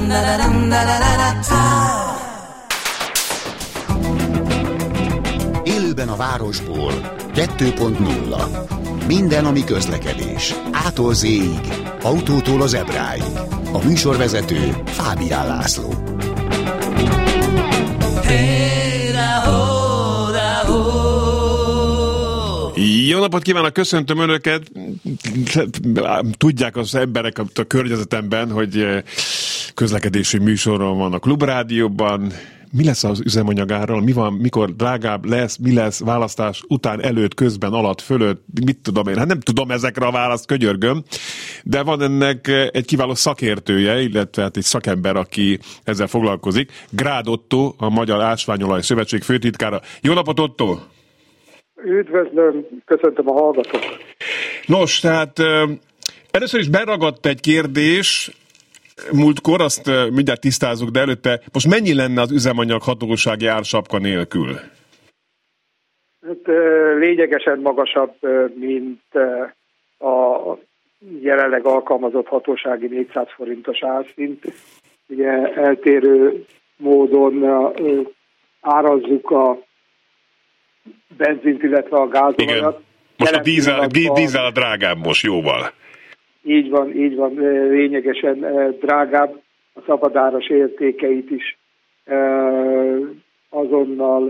Élőben a városból 2.0. Minden, ami közlekedés. A-tól Z-ig, autótól az ebráig. A műsorvezető Fábián László. Jó napot kívánok, köszöntöm Önöket. Tudják az emberek a környezetemben, hogy közlekedési műsoron van a Klubrádióban. Mi lesz az üzemanyagáról? Mi van, mikor drágább lesz, mi lesz választás után, előtt, közben, alatt, fölött? Mit tudom én? Hát nem tudom ezekre a választ, könyörgöm. De van ennek egy kiváló szakértője, illetve hát egy szakember, aki ezzel foglalkozik. Grád Otto, a Magyar Ásványolaj Szövetség főtitkára. Jó napot, Otto! Üdvözlöm, köszöntöm a hallgatókat. Nos, tehát először is beragadt egy kérdés, múltkor, azt mindjárt tisztázunk, de előtte most mennyi lenne az üzemanyag hatósági ársapka nélkül? Hát, lényegesen magasabb, mint a jelenleg alkalmazott hatósági 400 forintos árszint. Ugye eltérő módon árazzuk a benzint, illetve a gázolajat. Igen. Most a dízel a drágább most jóval. Így van, lényegesen drágább. A szabadáras értékeit is azonnal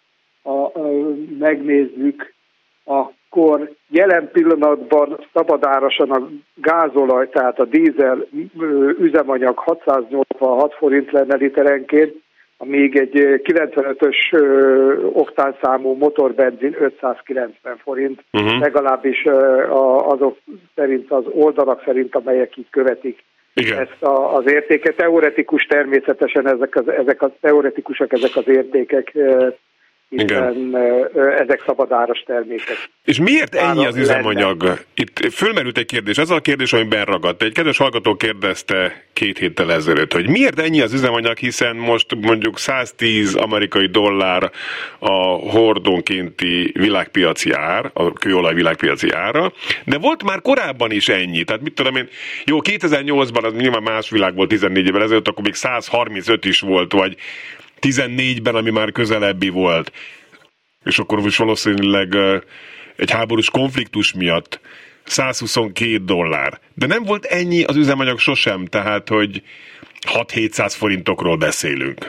megnézzük, akkor jelen pillanatban szabadárasan a gázolaj, tehát a dízel üzemanyag 686 forint lenne literenként, amíg egy 95-ös oktánszámú motorbenzin 590 forint, legalábbis azok szerint, az oldalak szerint, amelyek így követik. Igen. Ezt az értéket. Teoretikus természetesen ezek az értékek, hiszen ezek szabadáras termékek. És miért ennyi az üzemanyag? Itt fölmerült egy kérdés, ez a kérdés, ami benragadt. Egy kedves hallgató kérdezte 2 héttel ezelőtt, hogy miért ennyi az üzemanyag, hiszen most mondjuk 110 amerikai dollár a hordónkénti világpiaci ár, a kőolaj világpiaci ára, de volt már korábban is ennyi. Tehát mit tudom én, jó, 2008-ban az nyilván más világ volt, 14 évvel ezelőtt, akkor még 135 is volt, vagy 14-ben, ami már közelebbi volt, és akkor is valószínűleg egy háborús konfliktus miatt 122 dollár. De nem volt ennyi az üzemanyag sosem, tehát, hogy 6-700 forintokról beszélünk.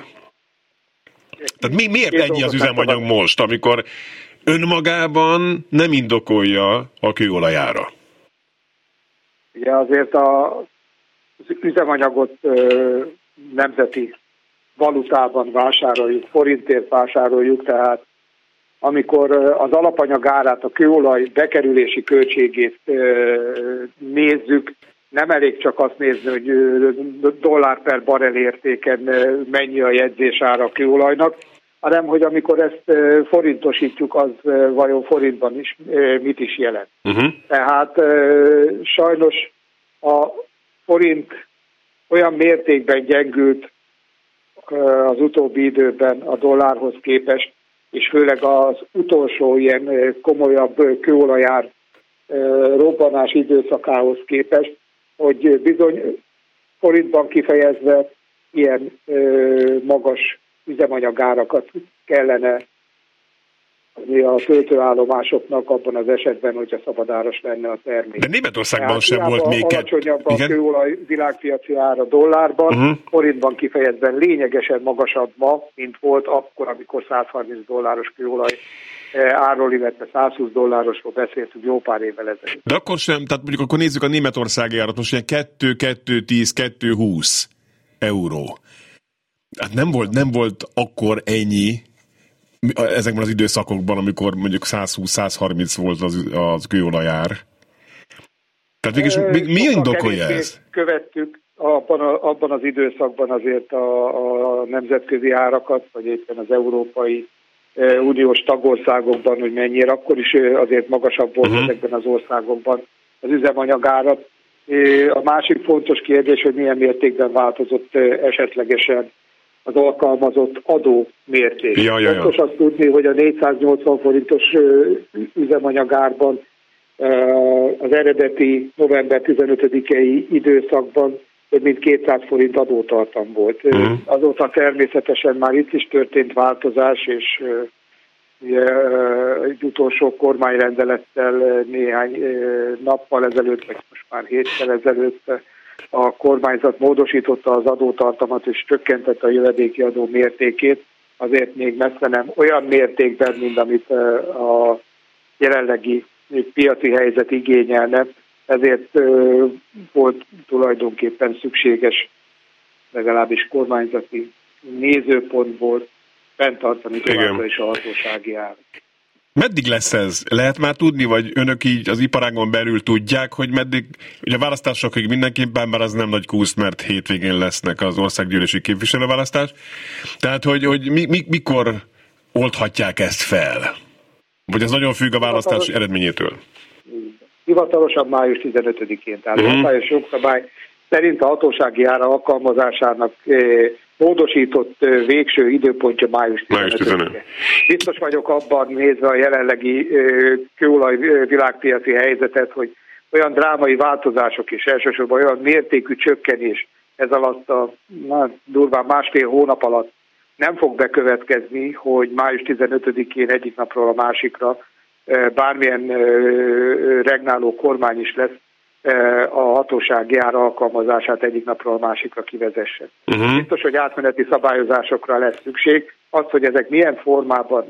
Tehát miért ennyi az üzemanyag most, amikor önmagában nem indokolja a kőolajára? Ugye azért az üzemanyagot nemzeti valutában vásároljuk, forintért vásároljuk, tehát amikor az alapanyag árát, a kőolaj bekerülési költségét nézzük, nem elég csak azt nézni, hogy dollár per barrel értéken mennyi a jegyzés ára a kőolajnak, hanem hogy amikor ezt forintosítjuk, az vajon forintban is mit is jelent. Tehát sajnos a forint olyan mértékben gyengült az utóbbi időben a dollárhoz képest, és főleg az utolsó ilyen komolyabb kőolajár robbanás időszakához képest, hogy bizony forintban kifejezve ilyen magas üzemanyagárakat kellene a töltőállomásoknak abban az esetben, hogyha szabadáras lenne a termék. De Németországban sem volt még... Alacsonyabb a kőolaj világpiaci ára dollárban, forintban kifejezve lényegesen magasabb ma, mint volt akkor, amikor 130 dolláros kőolaj árról, illetve 120 dollárosról beszéltünk jó pár évvel ezelőtt. De akkor sem, tehát mondjuk akkor nézzük a németországi árat, most ilyen 2,10-2,20 euró. Hát nem volt akkor ennyi ezekben az időszakokban, amikor mondjuk 120-130 volt az kőolajár. Tehát végülis mi indokolja ezt? Követtük abban az időszakban azért a nemzetközi árakat, vagy éppen az Európai Uniós tagországokban, hogy mennyire, akkor is azért magasabb volt ezekben az országokban az üzemanyagárat. A másik fontos kérdés, hogy milyen mértékben változott esetlegesen az alkalmazott adó mérték. Fontos azt tudni, hogy a 480 forintos üzemanyagárban az eredeti november 15-i időszakban több mint 200 forint adótartam volt. Azóta természetesen már itt is történt változás, és egy utolsó kormányrendelettel néhány nappal ezelőtt, vagy most már héttel ezelőtt a kormányzat módosította az adótartamat, és csökkentette a jövedéki adó mértékét, azért még messze nem olyan mértékben, mint amit a jelenlegi piaci helyzet igényelne, ezért volt tulajdonképpen szükséges, legalábbis kormányzati nézőpontból fenntartani továbbra is a hatósági árat. Meddig lesz ez? Lehet már tudni, vagy önök így az iparágon belül tudják, hogy meddig, ugye a választásokig mindenképpen, bár az nem nagy kúsz, mert hétvégén lesznek az országgyűlési képviselőválasztás. Tehát, hogy mikor oldhatják ezt fel? Vagy ez nagyon függ a választás eredményétől? Hivatalosan május 15-én, tehát hatályos jogszabály szerint a hatósági ára alkalmazásának módosított végső időpontja május 15. Biztos vagyok abban, nézve a jelenlegi kőolaj világpiaci helyzetet, hogy olyan drámai változások és elsősorban olyan mértékű csökkenés ez alatt a durván másfél hónap alatt nem fog bekövetkezni, hogy május 15-én egyik napról a másikra bármilyen regnáló kormány is lesz, a hatósági ára alkalmazását egyik napról a másikra kivezesse. Biztos, hogy átmeneti szabályozásokra lesz szükség. Az, hogy ezek milyen formában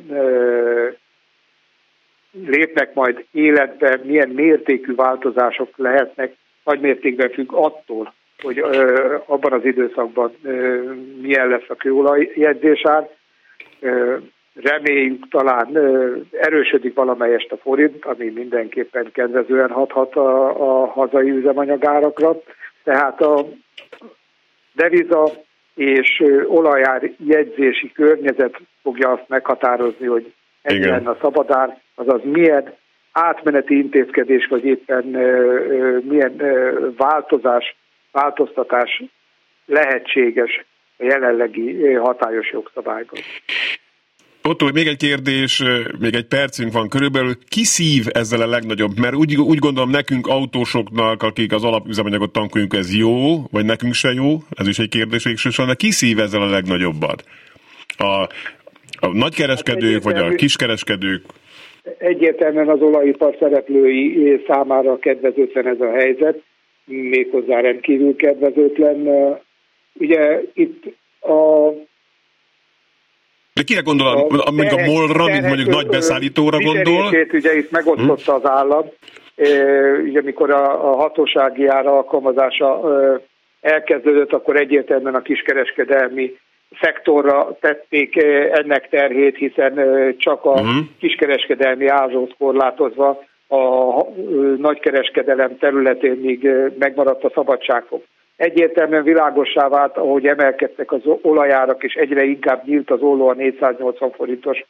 lépnek majd életbe, milyen mértékű változások lehetnek, nagy mértékben függ attól, hogy abban az időszakban milyen lesz a kőolajjegyzésár. Reméljük, talán erősödik valamelyest a forint, ami mindenképpen kedvezően hathat a hazai üzemanyagárakra. Tehát a deviza és olajár jegyzési környezet fogja azt meghatározni, hogy ez lenne a szabadár, azaz milyen átmeneti intézkedés, vagy éppen milyen változtatás lehetséges a jelenlegi hatályos jogszabályban. Ottó, még egy kérdés, még egy percünk van körülbelül. Ki szív ezzel a legnagyobb? Mert úgy gondolom nekünk autósoknak, akik az alapüzemanyagot tankoljuk, ez jó, vagy nekünk se jó? Ez is egy kérdés végsősorban. De ki szív ezzel a legnagyobbat? A nagykereskedők, vagy a kiskereskedők? Egyértelműen az olajipar szereplői számára kedvezőtlen ez a helyzet, méghozzá rendkívül kedvezőtlen. Ugye itt de kire gondol, mondjuk a MOL-ra, mint mondjuk nagy beszállítóra gondol? Ugye itt megosztotta az állam, ugye amikor a hatósági ára alkalmazása elkezdődött, akkor egyértelműen a kiskereskedelmi szektorra tették ennek terhét, hiszen csak a kiskereskedelmi árazót korlátozva a nagykereskedelem területén még megmaradt a szabadságfok. Egyértelműen világossá vált, ahogy emelkedtek az olajárak, és egyre inkább nyílt az olló a 480 forintos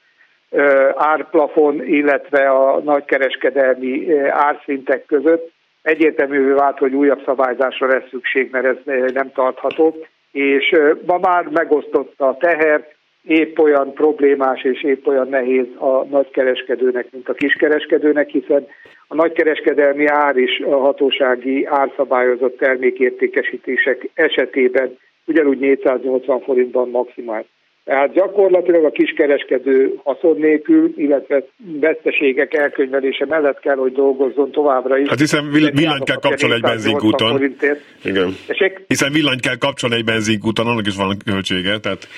árplafon, illetve a nagykereskedelmi árszintek között. Egyértelművé vált, hogy újabb szabályzásra lesz szükség, mert ez nem tartható. És ma már megosztott a teher, épp olyan problémás és épp olyan nehéz a nagykereskedőnek, mint a kiskereskedőnek, hiszen a nagykereskedelmi ár is a hatósági árszabályozott termékértékesítések esetében ugyanúgy 480 forintban maximált. Tehát gyakorlatilag a kiskereskedő haszon nélkül, illetve veszteségek elkönyvelése mellett kell, hogy dolgozzon továbbra is. Hát hiszen villanyt kell kapcsolni egy benzinkúton. Igen. Hiszen villanyt kell kapcsolni egy benzinkúton, annak is van költsége. Tehát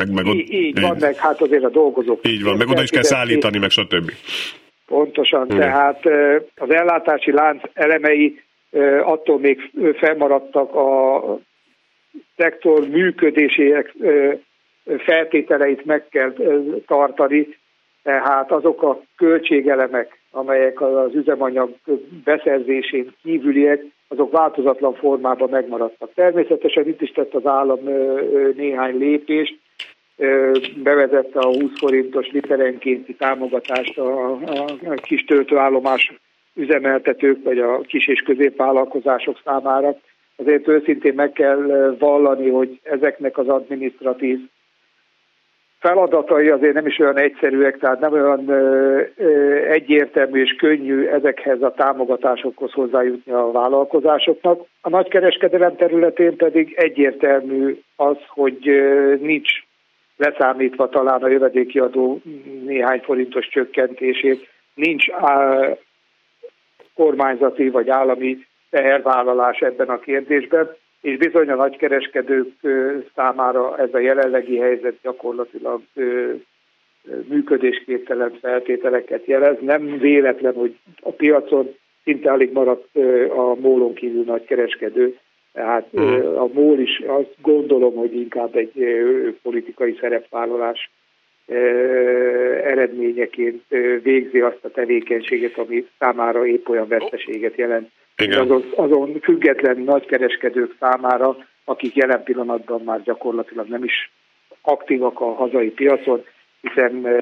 így van, meg hát azért a dolgozók. Így van, meg oda is kell szállítani, meg stb. Pontosan, tehát az ellátási lánc elemei attól még fennmaradtak a szektor működésének feltételeit meg kell tartani, tehát azok a költségelemek, amelyek az üzemanyag beszerzésén kívüliek, azok változatlan formában megmaradtak. Természetesen itt is tett az állam néhány lépést, bevezette a 20 forintos literenkénti támogatást a kis töltőállomás üzemeltetők vagy a kis és középvállalkozások számára. Azért őszintén meg kell vallani, hogy ezeknek az adminisztratív feladatai azért nem is olyan egyszerűek, tehát nem olyan egyértelmű és könnyű ezekhez a támogatásokhoz hozzájutni a vállalkozásoknak. A nagykereskedelem területén pedig egyértelmű az, hogy nincs leszámítva talán a jövedéki adó néhány forintos csökkentését, nincs kormányzati vagy állami tehervállalás ebben a kérdésben, és bizony a nagykereskedők számára ez a jelenlegi helyzet gyakorlatilag működésképtelen feltételeket jelez. Nem véletlen, hogy a piacon szinte alig maradt a MOL-on kívül nagykereskedő, tehát a MOL is azt gondolom, hogy inkább egy politikai szerepvállalás eredményeként végzi azt a tevékenységet, ami számára épp olyan veszteséget jelent. Azon független nagykereskedők számára, akik jelen pillanatban már gyakorlatilag nem is aktívak a hazai piacon, hiszen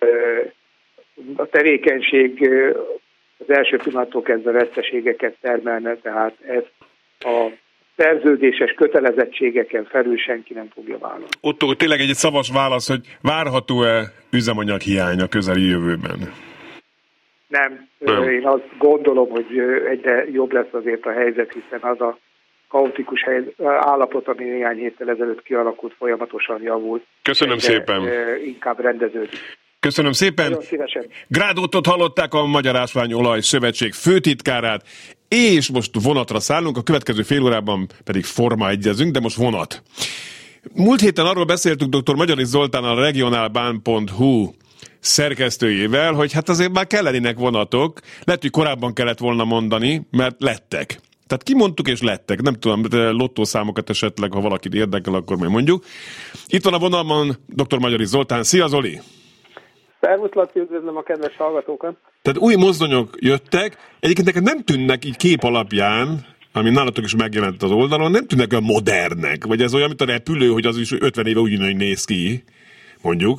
a tevékenység az első pillanattól kezdve veszteségeket termelne, tehát ezt a szerződéses kötelezettségeken felül senki nem fogja vállalni. Ottó, tényleg egy szavas válasz, hogy várható-e üzemanyaghiány a közeli jövőben? Nem. Én azt gondolom, hogy egyre jobb lesz azért a helyzet, hiszen az a kaotikus állapot, ami néhány héttel ezelőtt kialakult, folyamatosan javult. Köszönöm szépen. Inkább rendeződik. Köszönöm szépen. Grád Ottót hallották, a Magyar Ásványolaj Szövetség főtitkárát, és most vonatra szállunk, a következő fél órában pedig forma egyezünk, de most vonat. Múlt héten arról beszéltünk dr. Magyari Zoltánnal, a regionalbahn.hu szerkesztőjével, hogy hát azért már kellenének vonatok, lehet, hogy korábban kellett volna mondani, mert lettek. Tehát kimondtuk és lettek. Nem tudom, lottószámokat esetleg, ha valakit érdekel, akkor majd mondjuk. Itt van a vonalban dr. Magyari Zoltán. Szia, Zoli! Szervusz, Laci, üdvözlöm a kedves hallgatókat! Tehát új mozdonyok jöttek, egyébként neked nem tűnnek így kép alapján, ami nálatok is megjelent az oldalon, nem tűnnek olyan modernek, vagy ez olyan, mint a repülő, hogy az is 50 éve ugyanúgy néz ki, mondjuk.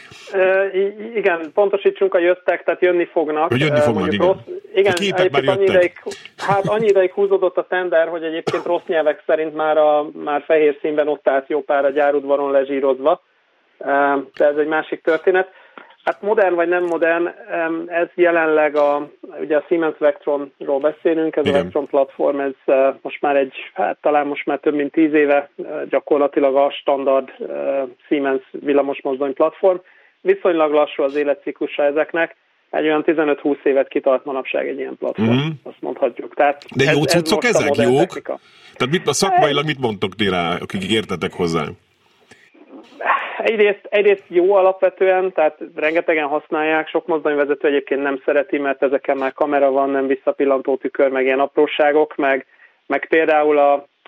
Igen, pontosítsunk a jöttek, tehát jönni fognak. Hogy jönni fognak, igen. Igen, egyébként annyi ideig húzódott a tender, hogy egyébként rossz nyelvek szerint már fehér színben ott állt jó pár a gyárudvaron lezsírozva. De ez egy másik történet. Hát modern vagy nem modern, ez jelenleg ugye a Siemens Vectronról beszélünk, ez igen. A Vectron platform, ez most már talán most már több mint 10 éve gyakorlatilag a standard Siemens villamosmozdony platform. Viszonylag lassú az életciklusa ezeknek, egy olyan 15-20 évet kitart manapság egy ilyen platform, azt mondhatjuk. Tehát de jó cuccok ezek? Jók? Technika. Tehát szakmailag mit mondtok ti rá, akik értetek hozzá? Egyrészt jó alapvetően, tehát rengetegen használják, sok mozdonyvezető egyébként nem szereti, mert ezeken már kamera van, nem visszapillantó tükör, meg ilyen apróságok, meg például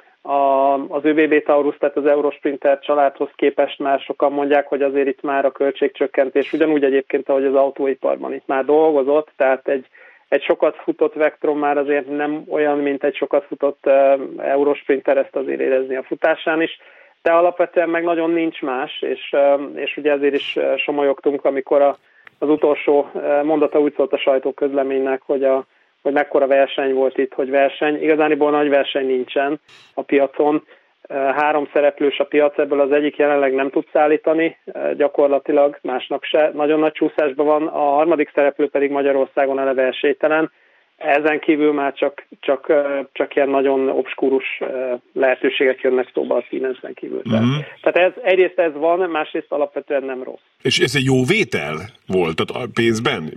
az ÖBB Taurus, tehát az Eurosprinter családhoz képest már sokan mondják, hogy azért itt már a költségcsökkentés, ugyanúgy egyébként, ahogy az autóiparban itt már dolgozott, tehát egy sokat futott Vectron már azért nem olyan, mint egy sokat futott Eurosprinter, ezt azért érezni a futásán is, de alapvetően meg nagyon nincs más, és ugye ezért is somolyogtunk, amikor az utolsó mondata úgy szólt a sajtóközleménynek, hogy mekkora verseny volt itt, hogy verseny. Igazániból nagy verseny nincsen a piacon. 3 szereplős a piac, ebből az egyik jelenleg nem tud szállítani, gyakorlatilag másnak se. Nagyon nagy csúszásban van, a harmadik szereplő pedig Magyarországon eleve esélytelen. Ezen kívül már csak ilyen nagyon obskúrus lehetőségek jönnek szóba a Siemens-en kívül. Tehát egyrészt ez van, másrészt alapvetően nem rossz. És ez egy jó vétel volt, tehát pénzben?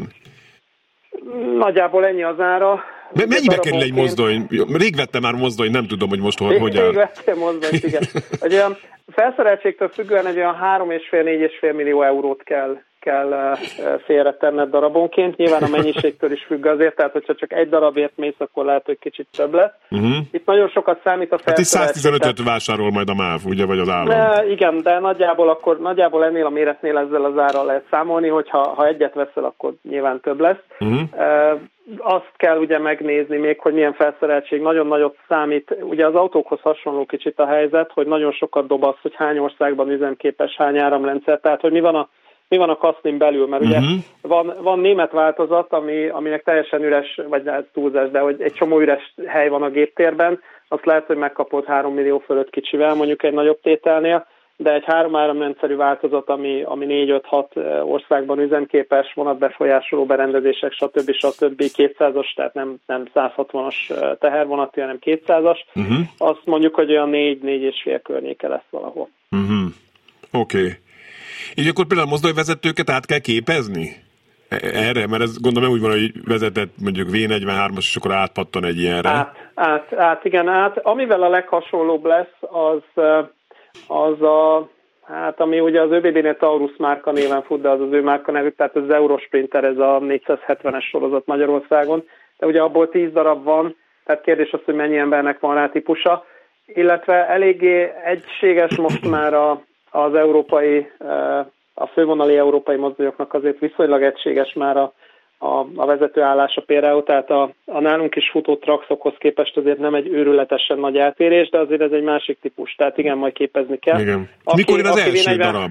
Nagyjából ennyi az ára. Mennyibe kerül egy mozdony? Rég vettem már mozdony, nem tudom, hogy most hogy áll. Rég vettem mozdonyt, igen. Egy olyan felszereltségtől függően egy olyan 3,5-4,5 millió eurót kell félretenned darabonként. Nyilván a mennyiségtől is függ azért, tehát hogyha csak egy darabért mész, akkor lehet, hogy kicsit több lesz. Itt nagyon sokat számít a felszereltség. Hát 115-öt vásárol majd a MÁV, ugye, vagy az állam? Igen, de nagyjából ennél a méretnél ezzel az árral lehet számolni, hogy ha egyet veszel, akkor nyilván több lesz. Azt kell ugye megnézni még, hogy milyen felszereltség nagyon nagyot számít. Ugye az autókhoz hasonló kicsit a helyzet, hogy nagyon sokat dob az, hogy hány országban üzemképes, hány áramrendszer, tehát hogy mi van a kasznin belül, mert ugye van német változat, aminek teljesen üres, vagy túlzás, de hogy egy csomó üres hely van a géptérben, azt lehet, hogy megkapod 3 millió fölött kicsivel, mondjuk egy nagyobb tételnél. de egy 3 áramrendszerű változat, ami 4-5-6 országban üzemképes, vonatbefolyásoló berendezések, stb. 200-as, tehát nem 160-as tehervonati, hanem 200-as, azt mondjuk, hogy olyan 4-4,5 környéke lesz valahol. Oké. Így akkor például mozdonyvezetőket át kell képezni? Erre? Mert ez gondolom úgy van, hogy vezetett mondjuk V43-as, és akkor átpattan egy ilyenre. Igen. Amivel a leghasonlóbb lesz, az ami ugye az ÖBB-nél Taurus márka néven fut, de az ő márka nevük, tehát az Eurosprinter, ez a 470-es sorozat Magyarországon, de ugye abból 10 darab van, tehát kérdés az, hogy mennyi embernek van rá típusa, illetve eléggé egységes most már az európai, a fővonali európai mozdonyoknak azért viszonylag egységes már a vezetőállása például, tehát a nálunk is futó Traxokhoz képest azért nem egy őrületesen nagy eltérés, de azért ez egy másik típus, tehát igen, majd képezni kell. Igen. Mikor jön az első darab?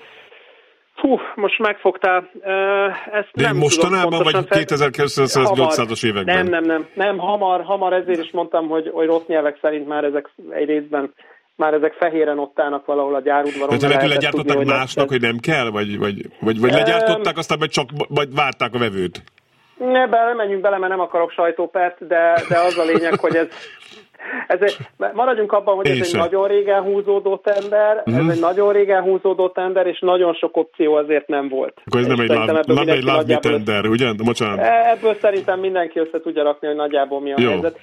Most megfogtál. Ezt de nem mostanában, vagy 2900-as években? Nem, hamar, ezért is mondtam, hogy rossz nyelvek szerint már ezek egy részben ezek fehéren ott állnak valahol a gyárudvaron. Tehát legyártották másnak, hogy nem kell? Vagy legyártották, aztán vagy várták a vevőt? Nem menjünk bele, mert nem akarok sajtópert, de az a lényeg, hogy maradjunk abban, hogy ez egy nagyon régen húzódó tender, és nagyon sok opció azért nem volt. Akkor ez nem egy love tender, ugye? Bocsánat. Ebből szerintem mindenki össze tudja rakni, hogy nagyjából mi a helyzet.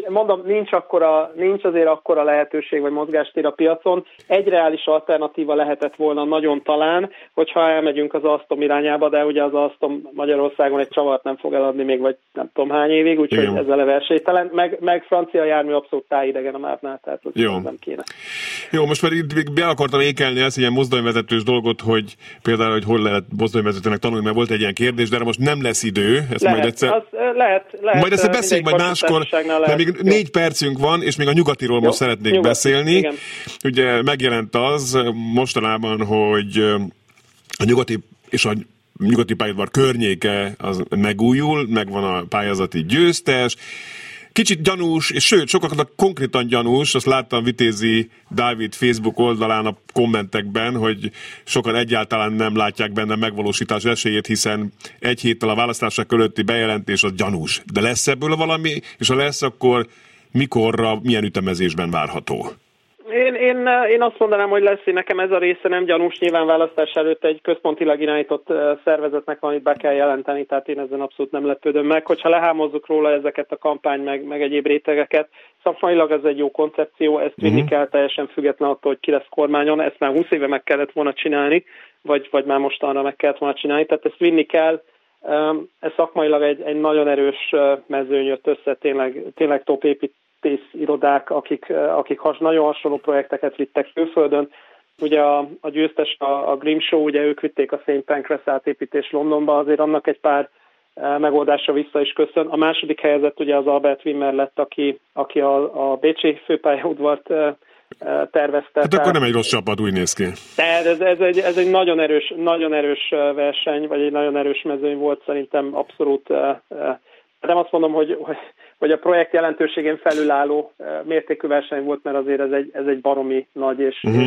Nincs azért akkora lehetőség, vagy mozgástér a piacon. Egy reális alternatíva lehetett volna nagyon talán, hogyha elmegyünk az Alstom irányába, de ugye az Alstom Magyarországon egy csavart nem fog eladni még, vagy nem tudom hány évig, úgyhogy ez a versenytelen. Meg francia jármű abszolút tájidegen a márnál, tehát nem kéne. Jó, most már itt be akartam ékelni ezt ilyen mozdonyvezetős dolgot, hogy például, hogy hol lehet mozdonyvezetőnek tanulni, mert volt egy ilyen kérdés, de erre most nem lesz idő. Ezt lehet, majd egyszer... lehet. Majd ezt beszéljünk majd máskor, mert még 4 percünk van, és még a nyugatiról most szeretnék beszélni. Igen. Ugye megjelent az mostanában, hogy a nyugati és a nyugati pályaudvar környéke az megújul, megvan a pályázati győztes, kicsit gyanús, és sőt, sokaknak konkrétan gyanús, azt láttam Vitézi Dávid Facebook oldalán a kommentekben, hogy sokan egyáltalán nem látják benne megvalósítás esélyét, hiszen egy héttel a választások előtti bejelentés az gyanús. De lesz ebből valami, és ha lesz, akkor mikorra, milyen ütemezésben várható? Én azt mondanám, hogy lesz, nekem ez a része nem gyanús, nyilván választás előtt egy központilag irányított szervezetnek van, amit be kell jelenteni, tehát én ezen abszolút nem lepődöm meg. Hogyha lehámozzuk róla ezeket a kampány, meg egyéb rétegeket, szakmailag ez egy jó koncepció, ezt vinni kell teljesen független attól, hogy ki lesz kormányon, ezt már 20 éve meg kellett volna csinálni, vagy már mostanra meg kellett volna csinálni, tehát ezt vinni kell. Ez szakmailag egy nagyon erős mezőny jött össze, tényleg top építészirodák, akik nagyon hasonló projekteket vittek külföldön. Ugye a győztes, a Grimshaw, ugye ők vitték a St. Pancras átépítés Londonba, azért annak egy pár megoldásra vissza is köszön. A második helyezett ugye az Albert Wimmer lett, aki a bécsi főpályaudvart tervezte. Hát akkor nem egy rossz csapat, úgy néz ki. Ez egy nagyon erős verseny, vagy egy nagyon erős mezőny volt szerintem abszolút. Nem azt mondom, hogy a projekt jelentőségén felülálló mértékű verseny volt, mert azért ez egy baromi nagy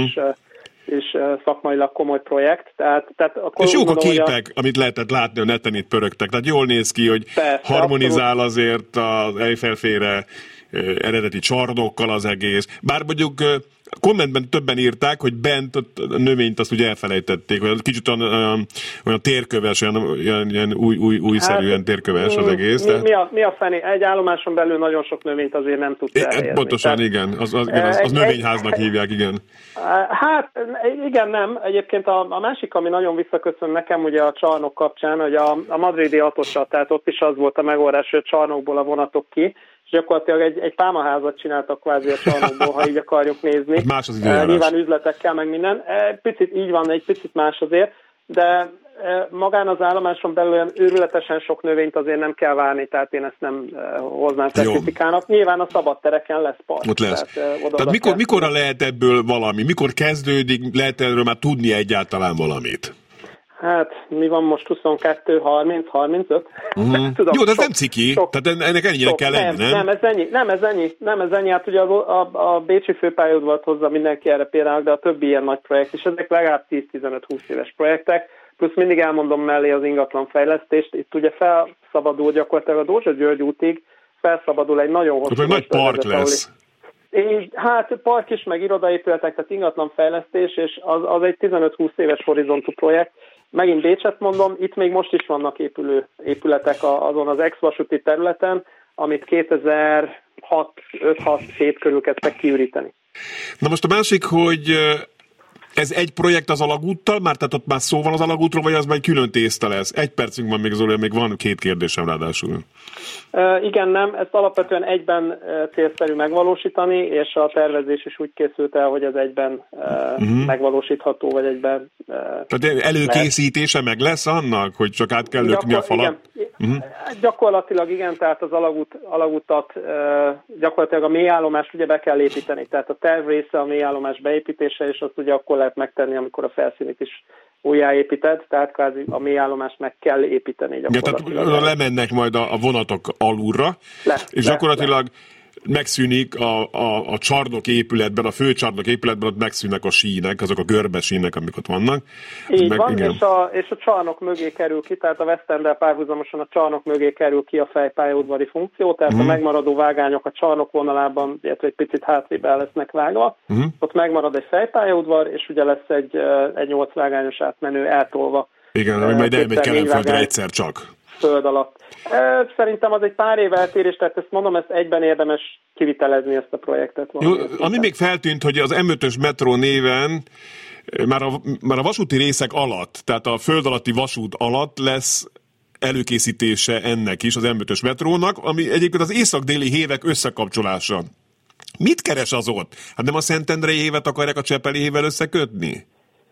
és szakmailag komoly projekt. Tehát akkor és jók a képek, amit lehetett látni, a neten itt pörögtek. Tehát jól néz ki, hogy persze, harmonizál abszolút. Azért az Eiffel-féle eredeti csarnokkal az egész. Bár mondjuk kommentben többen írták, hogy bent a növényt azt ugye elfelejtették, hogy kicsit olyan térköves, olyan újszerűen térköves az egész. Mi a fené? Egy állomáson belül nagyon sok növényt azért nem tudsz elhelyezni. Pontosan, tehát, igen. Az növényháznak hívják, igen. Hát igen, nem. Egyébként a másik, ami nagyon visszaköszön nekem ugye a csarnok kapcsán, hogy a madridi atosat, tehát ott is az volt a megoldás, hogy a csarnokból a vonatok ki, gyakorlatilag egy pálmaházat csináltak kvázi a csarnokból, ha így akarjuk nézni. Más az időjárás. Nyilván üzletekkel, meg minden. Picit így van, egy picit más azért, de magán az állomáson belül olyan őrületesen sok növényt azért nem kell várni, tehát én ezt nem hoznám kritikának. Nyilván a szabad tereken lesz park. Ott lesz. Tehát mikorra lehet ebből valami? Mikor kezdődik? Lehet erről már tudni egyáltalán valamit? Hát, mi van most 22, 30, 35? Tudom, jó, de ez nem ciki, tehát ennek ennyire kell lenni, nem? Nem ez ennyi. Hát ugye a bécsi főpályaudvart hozza mindenki erre például, de a többi ilyen nagy projekt, és ezek legalább 10-15-20 éves projektek, plusz mindig elmondom mellé az ingatlanfejlesztést. Itt ugye felszabadul gyakorlatilag a Dózsa-György útig, felszabadul egy nagyon hosszú... nagy park lesz. Hát park is, meg irodaépületek, tehát ingatlanfejlesztés, és az egy 15-20 éves horizontú projekt. Megint Bécset mondom, itt még most is vannak épülő épületek azon az ex-vasúti területen, amit 2006-5-6-7 körül kezdtek kiüríteni. Na most a másik, hogy ez egy projekt az alagúttal, már tehát ott már szó van az alagútról, vagy az már egy külön tészta lesz? Egy percünk van még, Zoli, még van 2 kérdésem ráadásul. Igen, nem, ezt alapvetően egyben célszerű megvalósítani, és a tervezés is úgy készült el, hogy ez egyben megvalósítható, vagy egyben... Tehát előkészítése meg lesz annak, hogy csak át kell lökni a falat? Igen. Gyakorlatilag igen, tehát az alagútat gyakorlatilag a mélyállomást ugye be kell építeni, tehát a terv része a mélyállomás beépítése, és azt ugye akkor lehet megtenni, amikor a felszínét is újjáépíted, tehát kvázi a mélyállomást meg kell építeni gyakorlatilag. Tehát lemennek majd a vonatok alulra, és gyakorlatilag megszűnik a csarnok épületben, a főcsarnok épületben, ott megszűnnek a sínek, azok a görbe sínek, amik ott vannak. Így van, és a csarnok mögé kerül ki, tehát a West End-del párhuzamosan a csarnok mögé kerül ki a fejpályaudvari funkció, tehát a megmaradó vágányok a csarnok vonalában, illetve egy picit hátrébb el lesznek vágva. Ott megmarad egy fejpályaudvar, és ugye lesz egy 8 vágányos átmenő eltolva. Igen, hogy majd elmegy Kelenföldre egyszer csak. Föld alatt. Szerintem az egy pár év eltérés, tehát ezt mondom, ezt egyben érdemes kivitelezni ezt a projektet. Jó, ami még feltűnt, hogy az M5-ös metró néven már a vasúti részek alatt, tehát a föld alatti vasút alatt lesz előkészítése ennek is, az M5-ös metrónak, ami egyébként az észak-déli hévek összekapcsolása. Mit keres az ott? Hát nem a Szentendrei hévet akarják a Csepeli hévvel összekötni?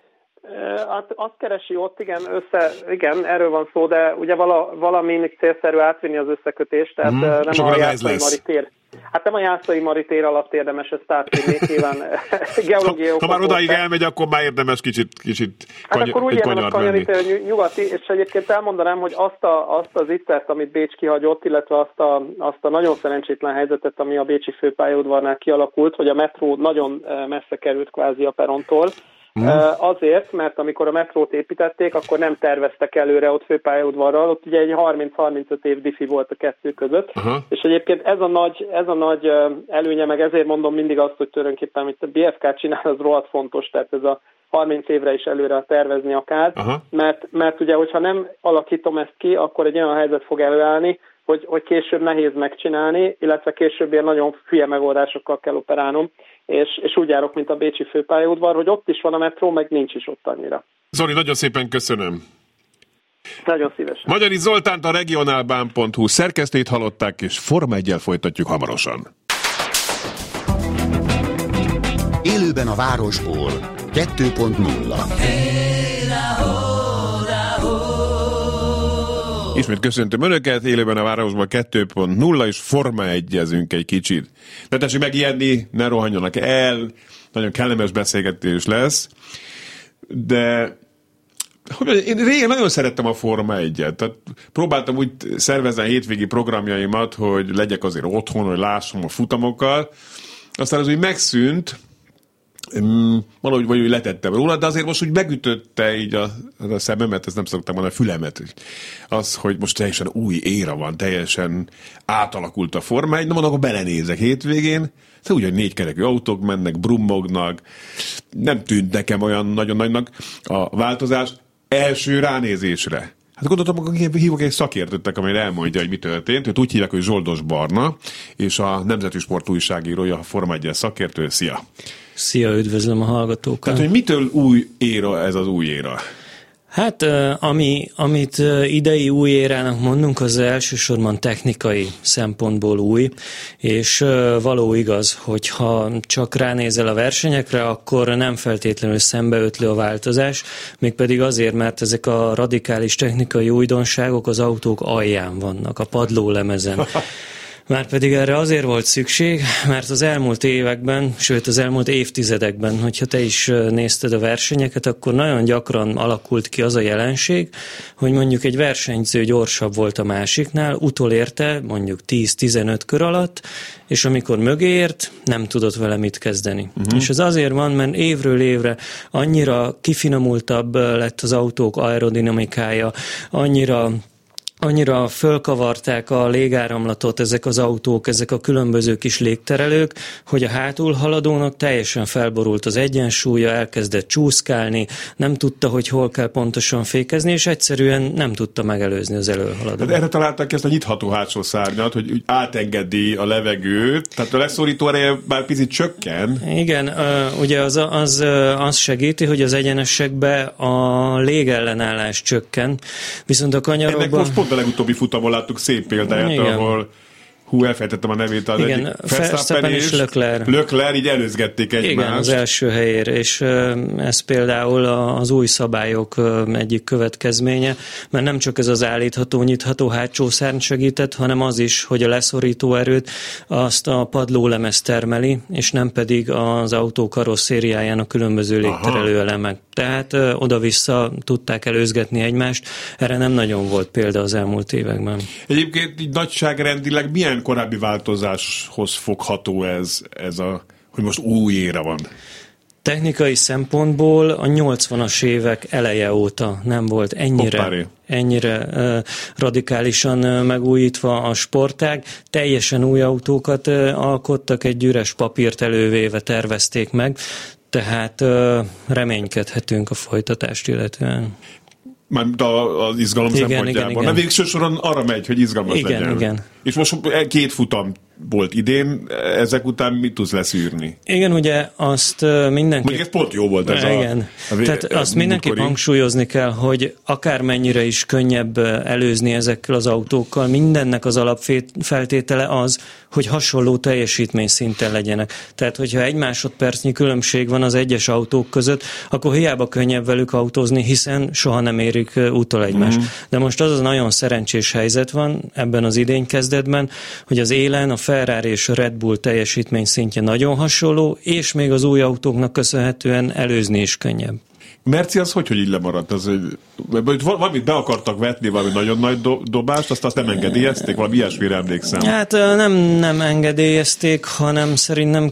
Hát azt keresi ott, igen, erről van szó, de ugye valami célszerű átvinni az összekötést, tehát nem a Jászai Mari tér. Hát nem a Jászai Mari tér alatt érdemes ezt átvinni, nyilván geológiai okokból. Ha már odáig elmegy, akkor már érdemes kicsit hát akkor úgy érdemes kanyarítani, hogy nyugati, és egyébként elmondanám, hogy azt az ittert, amit Bécs kihagyott, illetve azt a nagyon szerencsétlen helyzetet, ami a bécsi főpályaudvarnál kialakult, hogy a metró nagyon messze került kvázi a perontól. Azért, mert amikor a metrót építették, akkor nem terveztek előre ott főpályaudvarral, ott ugye egy 30-35 év diffi volt a kettő között, és egyébként ez a nagy előnye, meg ezért mondom mindig azt, hogy tulajdonképpen, amit a BFK csinál, az rohadt fontos, tehát ez a 30 évre is előre tervezni akár, mert ugye, hogyha nem alakítom ezt ki, akkor egy olyan helyzet fog előállni, hogy később nehéz megcsinálni, illetve később ilyen nagyon hülye megoldásokkal kell operálnom, és úgy járok, mint a bécsi főpályaudvar, hogy ott is van a metró, meg nincs is ott annyira. Zoli, nagyon szépen köszönöm. Nagyon szívesen. Magyari Zoltánt, a regionalbahn.hu szerkesztőjét hallották, és Forma 1-jel folytatjuk hamarosan. Élőben a városból 2.0. Ismét köszöntöm Önöket, élőben a városban 2.0, és Forma 1-jezünk egy kicsit. Ne tessék megijedni, ne rohanjanak el, nagyon kellemes beszélgetés lesz, de én régen nagyon szerettem a Forma 1-et, tehát próbáltam úgy szervezni a hétvégi programjaimat, hogy legyek azért otthon, hogy lássam a futamokat, aztán az úgy megszűnt, valahogy vagy úgy letettem róla, de azért most úgy megütötte így a szememet, ezt nem szoktam mondani, a fülemet. Az, hogy most teljesen új éra van, teljesen átalakult a Forma 1, mondom, akkor belenézek hétvégén, szóval úgy, hogy 4 kerekű autók mennek, brummognak, nem tűnt nekem olyan nagyon nagynak a változás első ránézésre. Hát gondoltam, akkor hívok egy szakértőt, amely elmondja, hogy mi történt. Őt úgy hívják, hogy Zsoldos Barna, és a Nemzeti Sport újságírója, a Forma 1 szakértő. Szia! Szia, üdvözlöm a hallgatókat! Tehát, hogy mitől új éra ez az új éra? Hát, amit idei új érának mondunk, az elsősorban technikai szempontból új, és való igaz, hogyha csak ránézel a versenyekre, akkor nem feltétlenül szembeötlő a változás, mégpedig azért, mert ezek a radikális technikai újdonságok az autók alján vannak, a padlólemezen. Márpedig erre azért volt szükség, mert az elmúlt években, sőt az elmúlt évtizedekben, hogyha te is nézted a versenyeket, akkor nagyon gyakran alakult ki az a jelenség, hogy mondjuk egy versenyző gyorsabb volt a másiknál, utolérte mondjuk 10-15 kör alatt, és amikor mögé ért, nem tudott vele mit kezdeni. És ez azért van, mert évről évre annyira kifinomultabb lett az autók aerodinamikája, annyira fölkavarták a légáramlatot ezek az autók, ezek a különböző kis légterelők, hogy a hátul haladónak teljesen felborult az egyensúlya, elkezdett csúszkálni, nem tudta, hogy hol kell pontosan fékezni, és egyszerűen nem tudta megelőzni az előhaladót. Hát erre találták ki ezt a nyitható hátsó szárnyat, hogy úgy átengedi a levegőt, tehát a leszorító ereje már picit csökken. Igen, ugye az segíti, hogy az egyenesekbe a légellenállás csökken, viszont a kanyarokban... A legutóbbi futamon láttuk szép példáját, igen. Ahol elfejtettem a nevét, az igen, egyik Verstappen és Leclerc így előzgették egymást. Igen, az első helyér, és ez például az új szabályok egyik következménye, mert nem csak ez az állítható, nyitható hátsó szárny segített, hanem az is, hogy a leszorító erőt azt a padlólemez termeli, és nem pedig az autó karosszériáján a különböző légterelő elemek. Tehát oda-vissza tudták előzgetni egymást, erre nem nagyon volt példa az elmúlt években. Egyébként így nagyságrendileg milyen korábbi változáshoz fogható ez hogy most új éra van? Technikai szempontból a 80-as évek eleje óta nem volt ennyire radikálisan megújítva a sportág. Teljesen új autókat alkottak, egy üres papírt elővéve tervezték meg, tehát reménykedhetünk a folytatást illetően. Mármint az izgalom szempontjából. Igen. De végső soron arra megy, hogy izgalmas legyen. Igen. És most 2 futam volt idén, ezek után mit tudsz leszűrni? Igen, ugye azt mindenki... Mondjuk ez pont jó volt ez Tehát azt mindenképp hangsúlyozni kell, hogy akármennyire is könnyebb előzni ezekkel az autókkal, mindennek az alapfeltétele az, hogy hasonló teljesítményszinten legyenek. Tehát, hogyha 1 másodpercnyi különbség van az egyes autók között, akkor hiába könnyebb velük autózni, hiszen soha nem érik utol egymást. De most az nagyon szerencsés helyzet van ebben az idény kezdetben, hogy az élen a Ferrari és a Red Bull teljesítmény szintje nagyon hasonló, és még az új autóknak köszönhetően előzni is könnyebb. Merci az hogy így lemaradt? Valamit be akartak vetni, valami nagyon nagy dobást, azt nem engedélyezték, valami ilyesmire emlékszem. Hát nem engedélyezték, hanem szerintem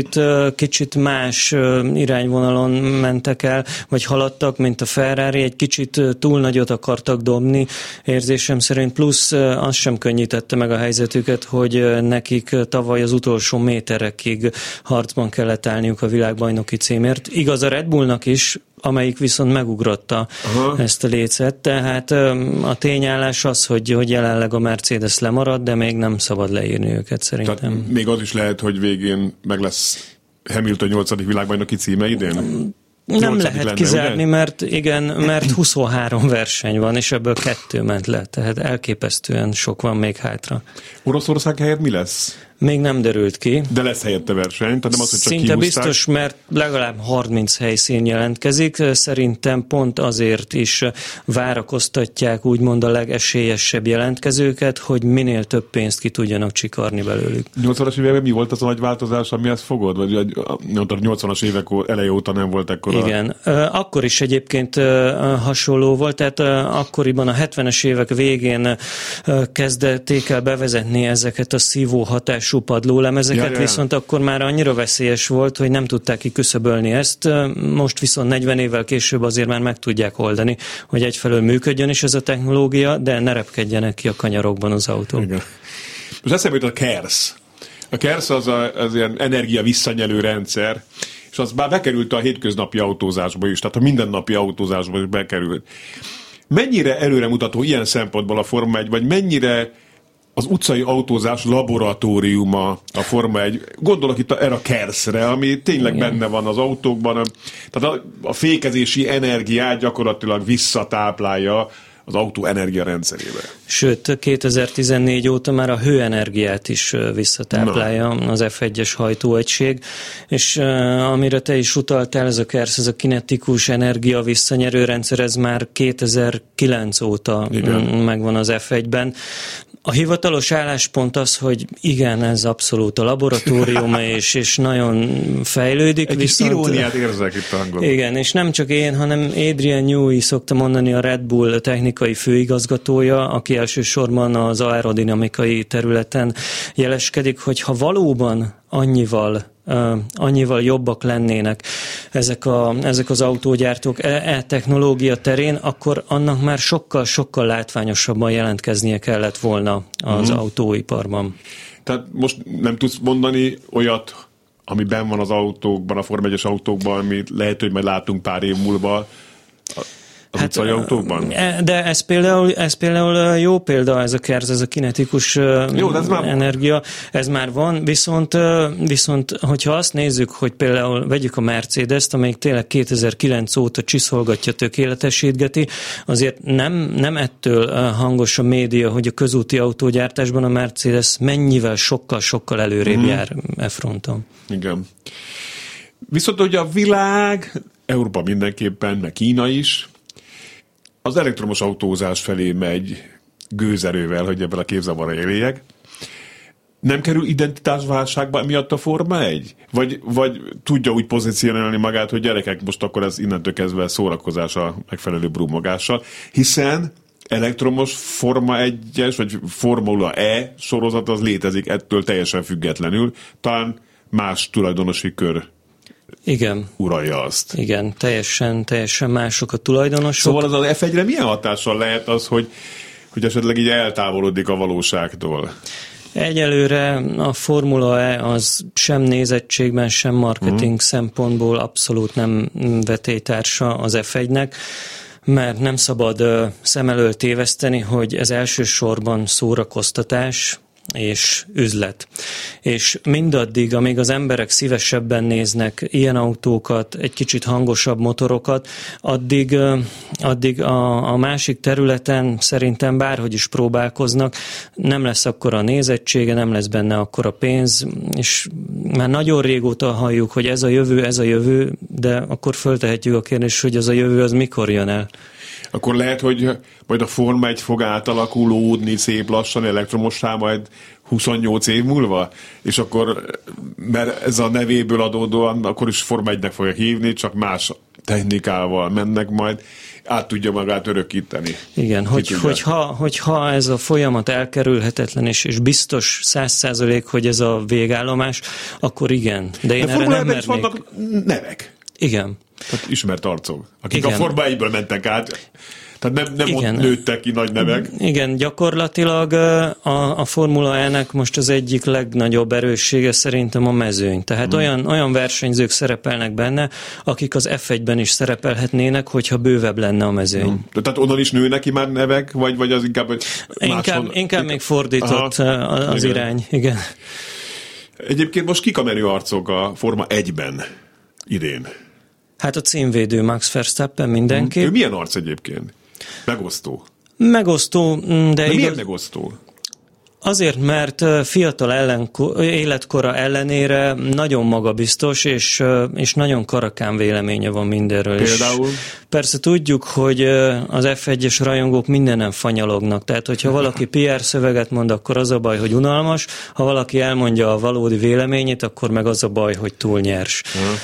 kicsit más irányvonalon mentek el, vagy haladtak, mint a Ferrari, egy kicsit túl nagyot akartak dobni, érzésem szerint, plusz az sem könnyítette meg a helyzetüket, hogy nekik tavaly az utolsó méterekig harcban kellett állniuk a világbajnoki címért. Igaz a Red Bullnak is, amelyik viszont megugrotta ezt a lécet. Tehát a tényállás az, hogy jelenleg a Mercedes lemarad, de még nem szabad leírni őket szerintem. Tehát még az is lehet, hogy végén meg lesz Hamilton 8. világbajnoki címe idén? Nem lehet kizárni, mert 23 verseny van, és ebből 2 ment le, tehát elképesztően sok van még hátra. Oroszország helyett mi lesz? Még nem derült ki. De lesz helyette verseny, tehát nem az, hogy csak szinte kihúzták. Biztos, mert legalább 30 helyszín jelentkezik. Szerintem pont azért is várakoztatják úgymond a legesélyesebb jelentkezőket, hogy minél több pénzt ki tudjanak csikarni belőlük. 80-as években mi volt az a nagy változás, amihez fogod? Vagy 80-as évek eleje óta nem volt ekkora? Igen. Akkor is egyébként hasonló volt, tehát akkoriban a 70-es évek végén kezdették el bevezetni ezeket a szívó hatású padlólemezeket, viszont akkor már annyira veszélyes volt, hogy nem tudták kiküszöbölni ezt. Most viszont 40 évvel később azért már meg tudják oldani, hogy egyfelől működjön is ez a technológia, de ne repkedjenek ki a kanyarokban az autók. Igen. Most eszembe jut a KERS. A KERS az ilyen energia visszanyelő rendszer, és az már bekerült a hétköznapi autózásba is, tehát a mindennapi autózásba is bekerült. Mennyire előremutató ilyen szempontból a Forma 1, vagy mennyire az utcai autózás laboratóriuma a Forma 1. Gondolok itt erre a KERS-re, ami tényleg benne van az autókban. Tehát a fékezési energiát gyakorlatilag visszatáplálja az autó energiarendszerébe. Sőt, 2014 óta már a hőenergiát is visszatáplálja az F1-es hajtóegység, és amire te is utaltál, ez a kinetikus energia visszanyerő rendszer, ez már 2009 óta megvan az F1-ben. A hivatalos álláspont az, hogy igen, ez abszolút a laboratóriuma, és nagyon fejlődik. Egy kis iróniát érzek itt a hangon. Igen, és nem csak én, hanem Adrian Newey szokta mondani, a Red Bull technikai főigazgatója, aki elsősorban az aerodinamikai területen jeleskedik, hogy ha valóban annyival jobbak lennének ezek az autógyártók technológia terén, akkor annak már sokkal látványosabban jelentkeznie kellett volna az autóiparban. Tehát most nem tudsz mondani olyat, ami benn van az autókban, a Forma 1-es autókban, amit lehet, hogy majd látunk pár év múlva az utcai autókban? De ez például jó példa, ez a kinetikus energia, ez már van, viszont hogyha azt nézzük, hogy például vegyük a Mercedes-t, amelyik tényleg 2009 óta csiszolgatja, tökéletesítgeti, azért nem ettől hangos a média, hogy a közúti autógyártásban a Mercedes mennyivel sokkal előrébb jár e fronton. Igen. Viszont ugye a világ, Európa mindenképpen, meg Kína is, az elektromos autózás felé megy gőzerővel, hogy ebben a képzavarra éljek. Nem kerül identitásválságba miatt a Forma 1? Vagy tudja úgy pozícionálni magát, hogy gyerekek, most akkor ez innentől kezdve szórakozás a megfelelő brumogással, hiszen elektromos Forma 1-es, vagy Formula E sorozat az létezik ettől teljesen függetlenül, talán más tulajdonosi kör uralja azt. Igen, teljesen mások a tulajdonosok. Szóval az F1-re milyen hatással lehet az, hogy esetleg így eltávolodik a valóságtól? Egyelőre a Formula E az sem nézettségben, sem marketing szempontból abszolút nem vetélytársa az F1-nek, mert nem szabad szem elől téveszteni, hogy ez elsősorban szórakoztatás és üzlet. És mindaddig, amíg az emberek szívesebben néznek ilyen autókat, egy kicsit hangosabb motorokat, addig a másik területen szerintem bárhogy is próbálkoznak, nem lesz akkora nézettsége, nem lesz benne akkora pénz, és már nagyon régóta halljuk, hogy ez a jövő, de akkor föltehetjük a kérdést, hogy ez a jövő az mikor jön el. Akkor lehet, hogy majd a Forma 1 fog átalakulódni szép lassan elektromossá majd 28 év múlva, és akkor, mert ez a nevéből adódóan, akkor is Forma 1-nek fogják hívni, csak más technikával mennek majd, át tudja magát örökíteni. Igen, hogyha ez a folyamat elkerülhetetlen, és biztos 100%, hogy ez a végállomás, akkor igen. De én erre nem mernék. Vannak nevek. Igen. Tehát ismert arcok, akik a Forma 1-ből mentek át. Tehát nem ott nőttek ki nagy nevek. Igen, gyakorlatilag a Formula E-nek most az egyik legnagyobb erőssége szerintem a mezőny. Tehát olyan versenyzők szerepelnek benne, akik az F1-ben is szerepelhetnének, hogyha bővebb lenne a mezőny. Tehát onnan is nőnek ki már nevek, vagy az inkább, hogy Inkább még fordított az irány. Igen. Egyébként most kik a menő arcok a Forma 1-ben idén? Hát a címvédő Max Verstappen mindenképp. Ő milyen arc egyébként? Megosztó, de miért megosztó? Azért, mert fiatal életkora ellenére nagyon magabiztos, és nagyon karakán véleménye van mindenről. Például? Persze tudjuk, hogy az F1-es rajongók mindenen fanyalognak. Tehát, hogyha valaki PR szöveget mond, akkor az a baj, hogy unalmas. Ha valaki elmondja a valódi véleményét, akkor meg az a baj, hogy túl nyers.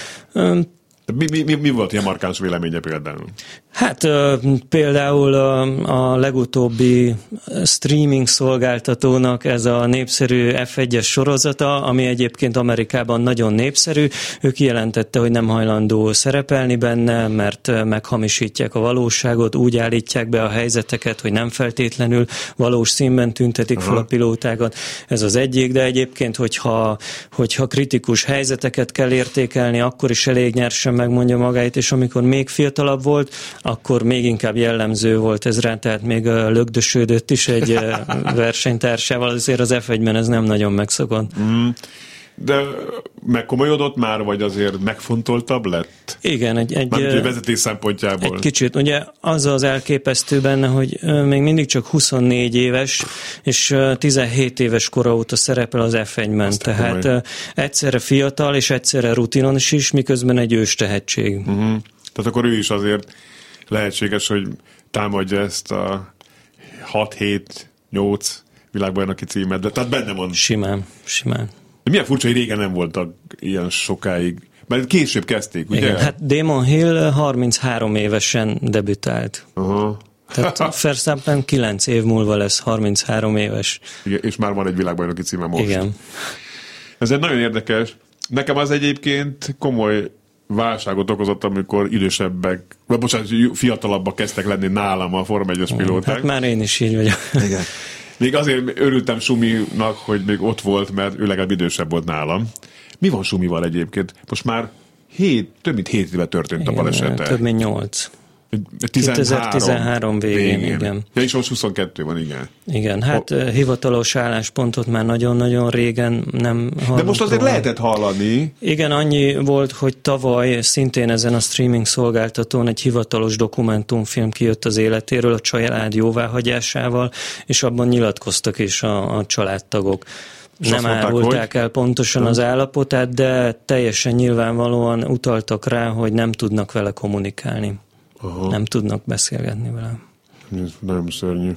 Mi volt ilyen markáns véleménye például? Hát például a legutóbbi streaming szolgáltatónak ez a népszerű F1-es sorozata, ami egyébként Amerikában nagyon népszerű. Ő kijelentette, hogy nem hajlandó szerepelni benne, mert meghamisítják a valóságot, úgy állítják be a helyzeteket, hogy nem feltétlenül valós színben tüntetik fel a pilótákat. Ez az egyik, de egyébként, hogyha kritikus helyzeteket kell értékelni, akkor is elég nyersen megmondja magáit, és amikor még fiatalabb volt, akkor még inkább jellemző volt ez rá, tehát még lögdösődött is egy versenytársával, azért az F1-ben ez nem nagyon megszokott. De megkomolyodott már, vagy azért megfontoltabb lett? Igen, egy vezetés szempontjából. Egy kicsit. Ugye az elképesztő benne, hogy még mindig csak 24 éves, és 17 éves kora óta szerepel az F1-ben. Tehát egyszerre fiatal, és egyszerre rutinos is, miközben egy ős tehetség. Tehát akkor ő is azért lehetséges, hogy támadja ezt a 6-7-8 világbajnoki címet, de tehát benne van. Simán. De milyen furcsa, hogy régen nem voltak ilyen sokáig, mert később kezdték, ugye? Igen, hát Damon Hill 33 évesen debütált. Tehát Verstappen 9 év múlva lesz 33 éves. Igen, és már van egy világbajnoki címe most. Igen. Ez egy nagyon érdekes. Nekem az egyébként komoly válságot okozott, amikor idősebbek, vagy bocsánat, fiatalabbak kezdtek lenni nálam a Forma 1-es pilóták. Hát már én is így vagyok. Igen. Még azért örültem Suminak, hogy még ott volt, mert ő legalább idősebb volt nálam. Mi van Sumival egyébként? Most már több mint 7 éve történt a balesete. Több mint 8. 2013 végén, igen. Ja, és most 22 van, igen. Igen, hát hivatalos álláspontot már nagyon-nagyon régen nem hallottam. De most azért lehetett hallani. Igen, annyi volt, hogy tavaly szintén ezen a streaming szolgáltatón egy hivatalos dokumentumfilm kijött az életéről a család jóváhagyásával, és abban nyilatkoztak is a családtagok. Nem árulták el pontosan az állapotát, de teljesen nyilvánvalóan utaltak rá, hogy nem tudnak vele kommunikálni. Nem tudnak beszélgetni vele. Ez nagyon szörnyű.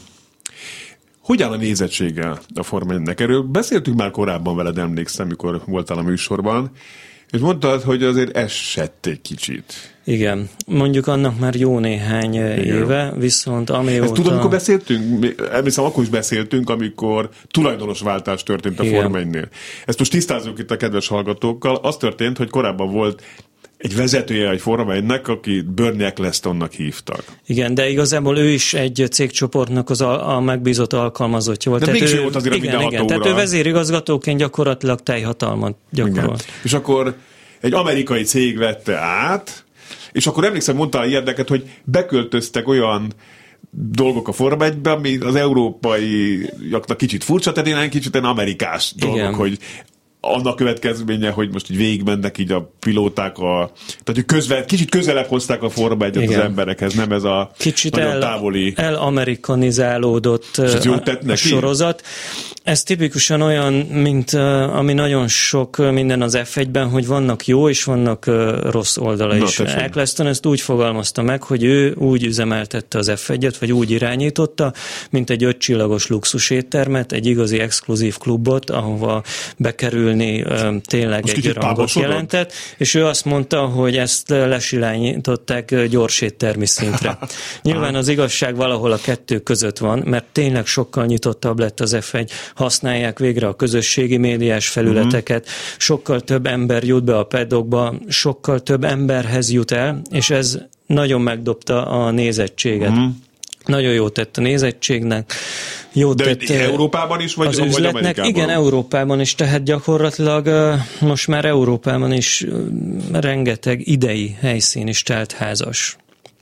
Hogy áll a nézettséggel a Forma 1-nek? Erről beszéltünk már korábban veled, emlékszem, mikor voltál a műsorban, és mondtad, hogy azért esett egy kicsit. Igen, mondjuk annak már jó néhány éve, viszont amióta... Ezt tudom, amikor beszéltünk? Emlékszem, akkor is beszéltünk, amikor tulajdonosváltás történt a Forma 1-nél. Ezt most tisztázunk itt a kedves hallgatókkal. Az történt, hogy korábban volt egy vezetője egy Forma 1-nek, akit Bernie Ecclestonnak hívtak. Igen, de igazából ő is egy cégcsoportnak a megbízott alkalmazottja volt. De mégsem volt azért igen, tehát ő vezérigazgatóként gyakorlatilag teljhatalmat gyakorol. És akkor egy amerikai cég vette át, és akkor emlékszem, mondtál érdeket, hogy beköltöztek olyan dolgok a Forma 1-be, ami az európaiaknak kicsit furcsa, tehát egy kicsit amerikás dolgok, igen. Hogy annak következménye, hogy most így végigmennek így a pilóták, tehát hogy kicsit közelebb hozták a Forma 1-et az emberekhez, nem ez a kicsit nagyon távoli... el-amerikanizálódott a sorozat. Ez tipikusan olyan, mint ami nagyon sok minden az F1-ben, hogy vannak jó és vannak rossz oldala is. Eccleston ezt úgy fogalmazta meg, hogy ő úgy üzemeltette az F1-et, vagy úgy irányította, mint egy 5 csillagos luxuséttermet, egy igazi exkluzív klubot, ahova bekerülni tényleg most egy rangot jelentett, és ő azt mondta, hogy ezt lesilányították gyors éttermi szintre. Nyilván az igazság valahol a kettő között van, mert tényleg sokkal nyitottabb lett az F1, használják végre a közösségi médiás felületeket, sokkal több ember jut be a paddockba, sokkal több emberhez jut el, és ez nagyon megdobta a nézettséget. Nagyon jót tett a nézettségnek. Jót de tett Európában is, vagy Amerikában? Igen, Európában is, tehát gyakorlatilag most már Európában is rengeteg idei helyszín is telt házas.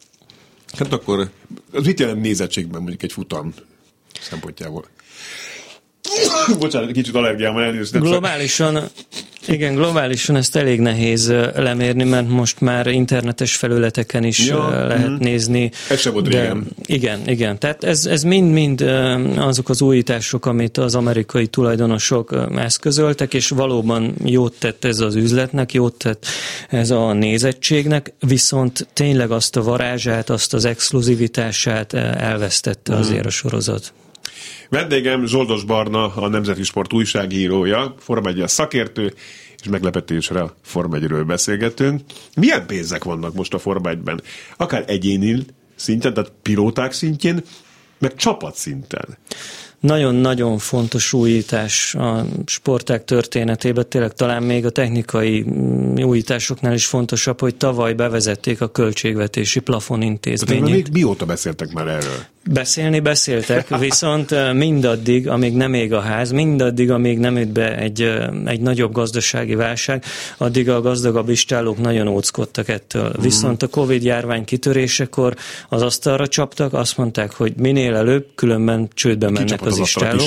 Hát akkor az mit jelent nézettségben mondjuk egy futam szempontjából? Bocsánat, kicsit allergiám van, elnézést. Globálisan ezt elég nehéz lemérni, mert most már internetes felületeken is lehet nézni. Ez sem volt régen. Igen. Tehát ez mind azok az újítások, amit az amerikai tulajdonosok eszközöltek, és valóban jót tett ez az üzletnek, jót tett ez a nézettségnek, viszont tényleg azt a varázsát, azt az exkluzivitását elvesztette azért a sorozat. Vendégem Zsoldos Barna, a Nemzeti Sport újságírója, Forma 1 szakértő, és meglepetésre a Forma 1-ről beszélgetünk. Milyen pénzek vannak most a Forma 1-ben? Akár egyéni szinten, tehát pilóták szintjén, meg csapat szinten. Nagyon-nagyon fontos újítás a sportág történetében, tényleg talán még a technikai újításoknál is fontosabb, hogy tavaly bevezették a költségvetési plafon intézményét. Még mióta beszéltek már erről? Beszéltek, viszont mindaddig, amíg nem ég a ház, mindaddig, amíg nem üt be egy nagyobb gazdasági válság, addig a gazdagabb istállók nagyon óckodtak ettől. Viszont a Covid-járvány kitörésekor az asztalra csaptak, azt mondták, hogy minél előbb, különben csődbe mennek az istállók.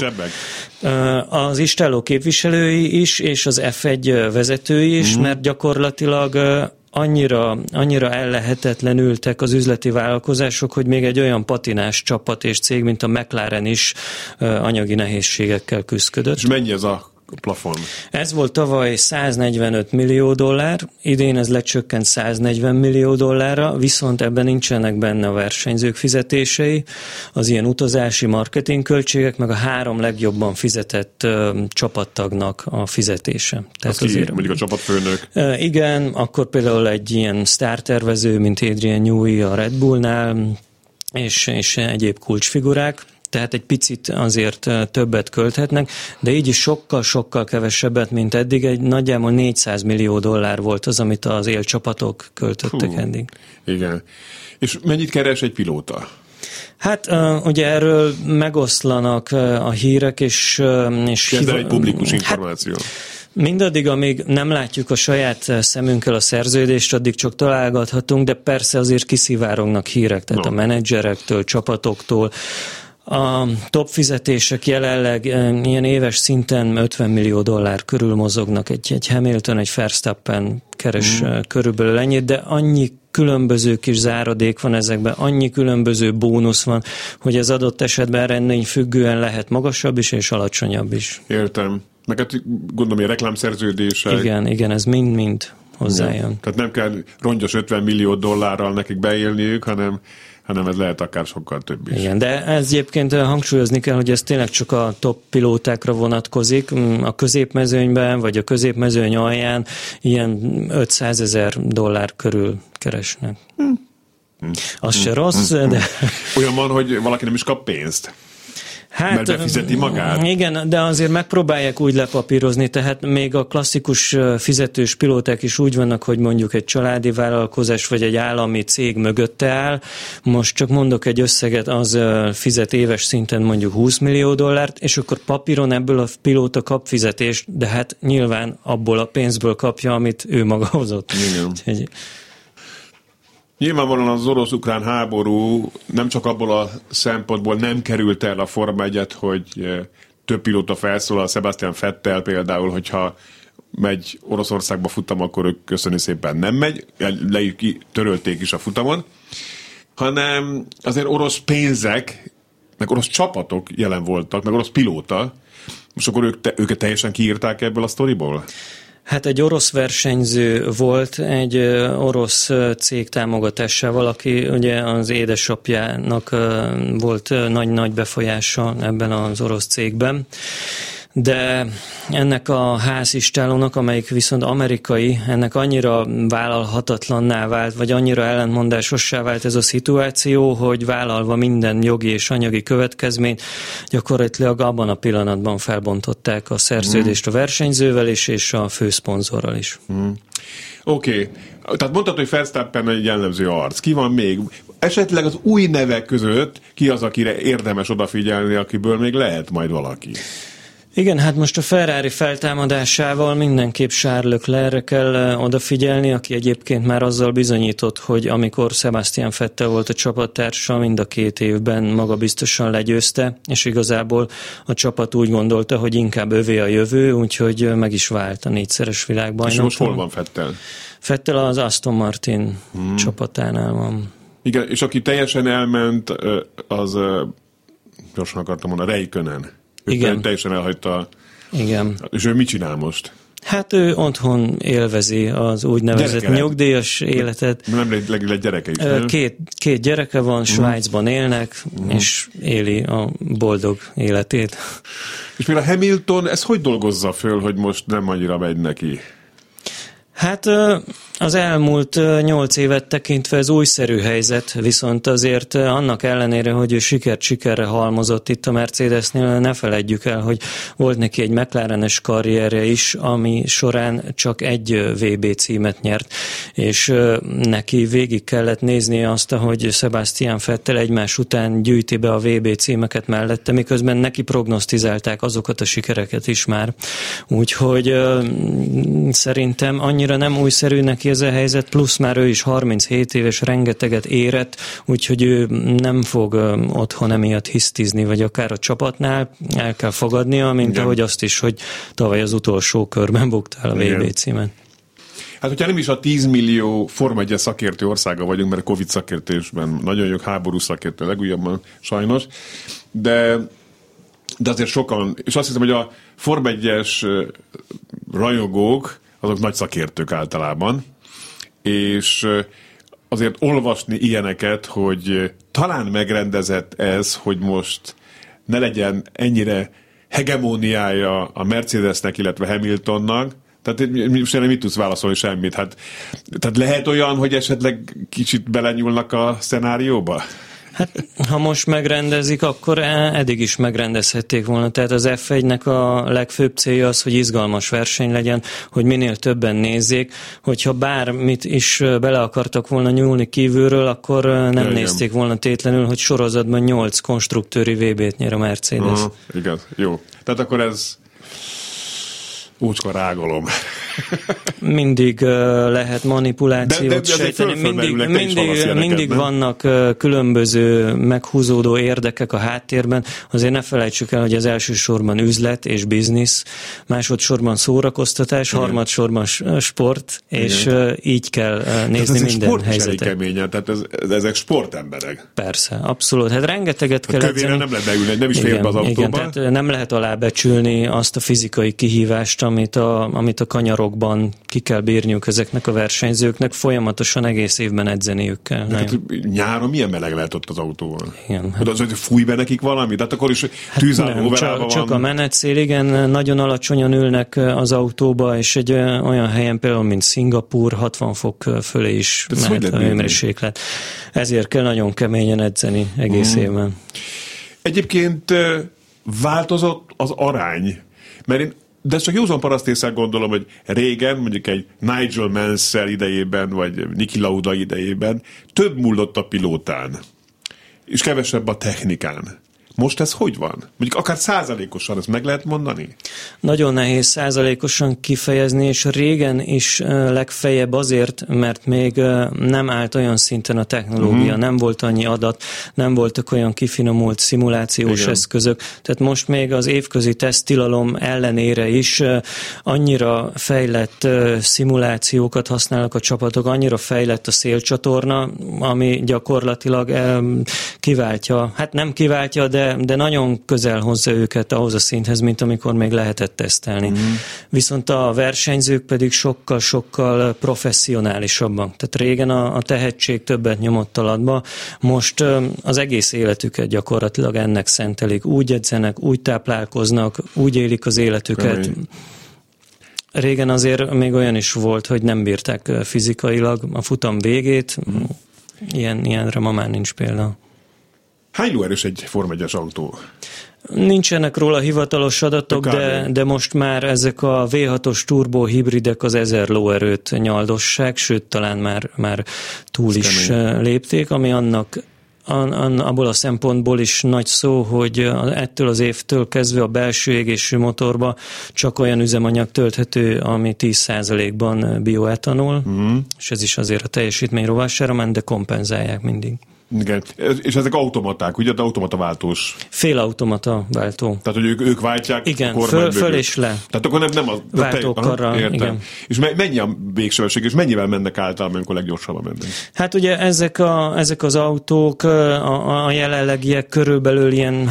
Az istálló képviselői is, és az F1 vezetői is, mert gyakorlatilag annyira ellehetetlenültek az üzleti vállalkozások, hogy még egy olyan patinás csapat és cég, mint a McLaren is anyagi nehézségekkel küzdött. És mennyi ez a plafon? Ez volt tavaly 145 millió dollár, idén ez lecsökkent 140 millió dollárra, viszont ebben nincsenek benne a versenyzők fizetései, az ilyen utazási marketingköltségek, meg a 3 legjobban fizetett csapattagnak a fizetése. Tehát azért, mondjuk a csapatfőnök? Igen, akkor például egy ilyen sztártervező, mint Adrian Newey a Red Bullnál, és egyéb kulcsfigurák. Tehát egy picit azért többet költhetnek, de így is sokkal kevesebbet, mint eddig. Egy nagyjából 400 millió dollár volt az, amit az élcsapatok költöttek eddig. Igen. És mennyit keres egy pilóta? Hát ugye erről megoszlanak a hírek, és ez egy publikus információ. Mindaddig, amíg nem látjuk a saját szemünkkel a szerződést, addig csak találgathatunk, de persze azért kiszivárognak hírek, tehát a menedzserektől, csapatoktól. A top fizetések jelenleg ilyen éves szinten 50 millió dollár körül mozognak. Egy Hamilton, egy Verstappen keres körülbelül ennyit, de annyi különböző kis záradék van ezekben, annyi különböző bónusz van, hogy ez adott esetben eredmény függően lehet magasabb is és alacsonyabb is. Értem. Meg hát gondolom, hogy a reklámszerződések. Igen, ez mind hozzájön. Igen. Tehát nem kell rongyos 50 millió dollárral nekik beélniük, hanem ez lehet akár sokkal több is. Igen, de ez egyébként hangsúlyozni kell, hogy ez tényleg csak a top pilótákra vonatkozik. A középmezőnyben, vagy a középmezőny alján ilyen 500 000 dollár körül keresnek. Az se rossz, de... Olyan van, hogy valaki nem is kap pénzt. Mert befizeti magát. Igen, de azért megpróbálják úgy lepapírozni, tehát még a klasszikus fizetős pilóták is úgy vannak, hogy mondjuk egy családi vállalkozás vagy egy állami cég mögötte áll. Most csak mondok egy összeget, az fizet éves szinten mondjuk 20 millió dollárt, és akkor papíron ebből a pilóta kap fizetést, de hát nyilván abból a pénzből kapja, amit ő maga hozott. Igen. Nyilvánvalóan az orosz-ukrán háború nem csak abból a szempontból nem került el a Forma 1-et, hogy több pilóta felszólal, Sebastian Vettel például, hogyha megy Oroszországba futam, akkor ők köszönni szépen nem megy, törölték is a futamon, hanem azért orosz pénzek, meg orosz csapatok jelen voltak, meg orosz pilóta, most akkor őket teljesen kiírták ebből a sztoriból? Hát egy orosz versenyző volt, egy orosz cég támogatásával, aki ugye az édesapjának volt nagy befolyása ebben az orosz cégben. De ennek a házistálónak, amelyik viszont amerikai, ennek annyira vállalhatatlanná vált, vagy annyira ellentmondásossá vált ez a szituáció, hogy vállalva minden jogi és anyagi következményt, gyakorlatilag abban a pillanatban felbontották a szerződést a versenyzővel is, és a főszponzorral is. Oké. Tehát mondtad, hogy Verstappen egy jellemző arc. Ki van még? Esetleg az új nevek között ki az, akire érdemes odafigyelni, akiből még lehet majd valaki? Igen, hát most a Ferrari feltámadásával mindenképp Charles Leclercre kell odafigyelni, aki egyébként már azzal bizonyított, hogy amikor Sebastian Vettel volt a csapattársa, mind a 2 évben magabiztosan legyőzte, és igazából a csapat úgy gondolta, hogy inkább övé a jövő, úgyhogy meg is vált a 4-szeres világbajnok. És most hol van Vettel? Vettel az Aston Martin csapatánál van. Igen, és aki teljesen elment, az gyorsan akartam mondani, Räikkönen. Igen. Teljesen elhagyta. Igen. És ő mit csinál most? Hát ő otthon élvezi az úgynevezett nyugdíjas életet. Nem gyereke is, nem? Két gyereke van, Svájcban élnek, és éli a boldog életét. És például Hamilton, ez hogy dolgozza föl, hogy most nem annyira megy neki? Hát Az elmúlt 8 évet tekintve ez újszerű helyzet, viszont azért annak ellenére, hogy ő sikerre halmozott itt a Mercedesnél, ne feledjük el, hogy volt neki egy McLarenes karrierje is, ami során csak egy VB címet nyert, és neki végig kellett néznie azt, hogy Sebastian Vettel egymás után gyűjti be a VB címeket mellette, miközben neki prognosztizálták azokat a sikereket is már. Úgyhogy szerintem annyira nem újszerű neki ez a helyzet, plusz már ő is 37 éves, rengeteget érett, úgyhogy ő nem fog otthon emiatt hisztizni, vagy akár a csapatnál el kell fogadnia, mint igen. ahogy azt is, hogy tavaly az utolsó körben buktál a VB címen. Hát, hogyha nem is a 10 millió Forma 1-es szakértő országa vagyunk, mert a Covid szakértésben nagyon jó háború szakértő legújabban sajnos, de azért sokan, és azt hiszem, hogy a Forma 1-es rajongók, azok nagy szakértők általában, és azért olvasni ilyeneket, hogy talán megrendezett ez, hogy most ne legyen ennyire hegemóniája a Mercedesnek, illetve Hamiltonnak. Tehát most mit tudsz válaszolni semmit? Hát, tehát lehet olyan, hogy esetleg kicsit belenyúlnak a szenárióba? Hát, ha most megrendezik, akkor eddig is megrendezhették volna. Tehát az F1-nek a legfőbb célja az, hogy izgalmas verseny legyen, hogy minél többen nézzék. Hogyha bármit is bele akartak volna nyúlni kívülről, akkor nem nézték volna tétlenül, hogy sorozatban 8 konstruktőri VB-t nyer a Mercedes. Igaz, jó. Tehát akkor ez úcska rágolom. Mindig lehet manipulációt sejteni. Mindig vannak különböző meghúzódó érdekek a háttérben. Azért ne felejtsük el, hogy az elsősorban üzlet és biznisz, másodszorban szórakoztatás, harmadsorban sport, és így kell nézni minden helyzetet. Keményen, tehát ezek sportemberek. Persze, abszolút. Hát rengeteget kell edzeni. Nem lehet beülni, nem is fér be az autóba. Igen, tehát nem lehet alábecsülni azt a fizikai kihívást, amit a kanyarokban ki kell bírniuk ezeknek a versenyzőknek, folyamatosan egész évben edzeniük kell. Hát, nyáron milyen meleg lehet ott az autóval? Igen. Hát az, hogy fúj be nekik valami? Tehát akkor is tűzálló overában van. Csak a menetszél, igen, nagyon alacsonyan ülnek az autóba, és egy olyan helyen például, mint Szingapúr, 60 fok fölé is mehet a hőmérséklet. Ezért kell nagyon keményen edzeni egész évben. Egyébként változott az arány, mert én de csak józan parasztésszel gondolom, hogy régen, mondjuk egy Nigel Mansell idejében, vagy Niki Lauda idejében több múlott a pilótán, és kevesebb a technikán. Most ez hogy van? Mondjuk akár százalékosan ezt meg lehet mondani? Nagyon nehéz százalékosan kifejezni, és régen is legfeljebb azért, mert még nem állt olyan szinten a technológia, nem volt annyi adat, nem voltak olyan kifinomult szimulációs eszközök, tehát most még az évközi teszttilalom ellenére is annyira fejlett szimulációkat használnak a csapatok, annyira fejlett a szélcsatorna, ami gyakorlatilag kiváltja, hát nem kiváltja, de nagyon közel hozza őket ahhoz a szinthez, mint amikor még lehetett tesztelni. Viszont a versenyzők pedig sokkal professzionálisabbak. Tehát régen a tehetség többet nyomott alatba, most az egész életüket gyakorlatilag ennek szentelik. Úgy edzenek, úgy táplálkoznak, úgy élik az életüket. Régen azért még olyan is volt, hogy nem bírták fizikailag a futam végét. Ilyenre ma már nincs példa. Hány lóerős egy Forma 1-es autó? Nincsenek róla hivatalos adatok, de most már ezek a V6-os turbo hibridek az 1000 lóerőt nyaldossák, sőt talán már túl is lépték, ami abból a szempontból is nagy szó, hogy ettől az évtől kezdve a belső égésű motorba csak olyan üzemanyag tölthető, ami 10%-ban bioetanol, és ez is azért a teljesítmény rovására ment, de kompenzálják mindig. Igen. És ezek automaták, ugye? De automata váltós. Félautomata váltó. Tehát, hogy ők váltják igen, a kormány föl és le. Tehát akkor nem a váltókarral. Értem. És mennyi a végsebesség, és mennyivel mennek általában, amikor leggyorsabban mennek? Hát ugye ezek az autók a jelenlegiek körülbelül ilyen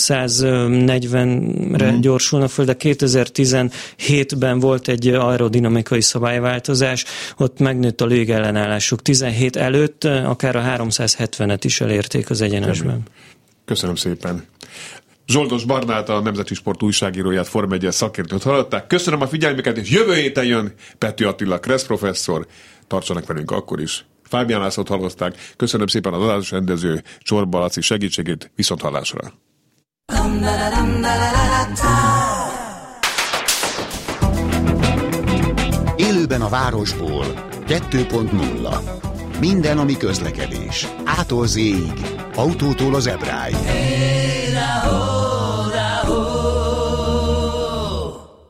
340-re gyorsulnak föl, de 2017-ben volt egy aerodinamikai szabályváltozás, ott megnőtt a légellenállásuk. 17 előtt akár a 370-et is elérték az egyenesben. Köszönöm szépen. Zsoldos Barnát, a Nemzeti Sport újságíróját, Forma 1-es szakértőt hallották. Köszönöm a figyelmüket, és jövő héten jön Pető Attila Kressz professzor. tartsanak velünk akkor is. Fábián Lászlót hallották. Köszönöm szépen az adásos rendező Csorba Laci segítségét, viszonthallásra. Élőben a városból 2.0. Minden, ami közlekedés. A-tól Z-ig. Autótól az Ebráig.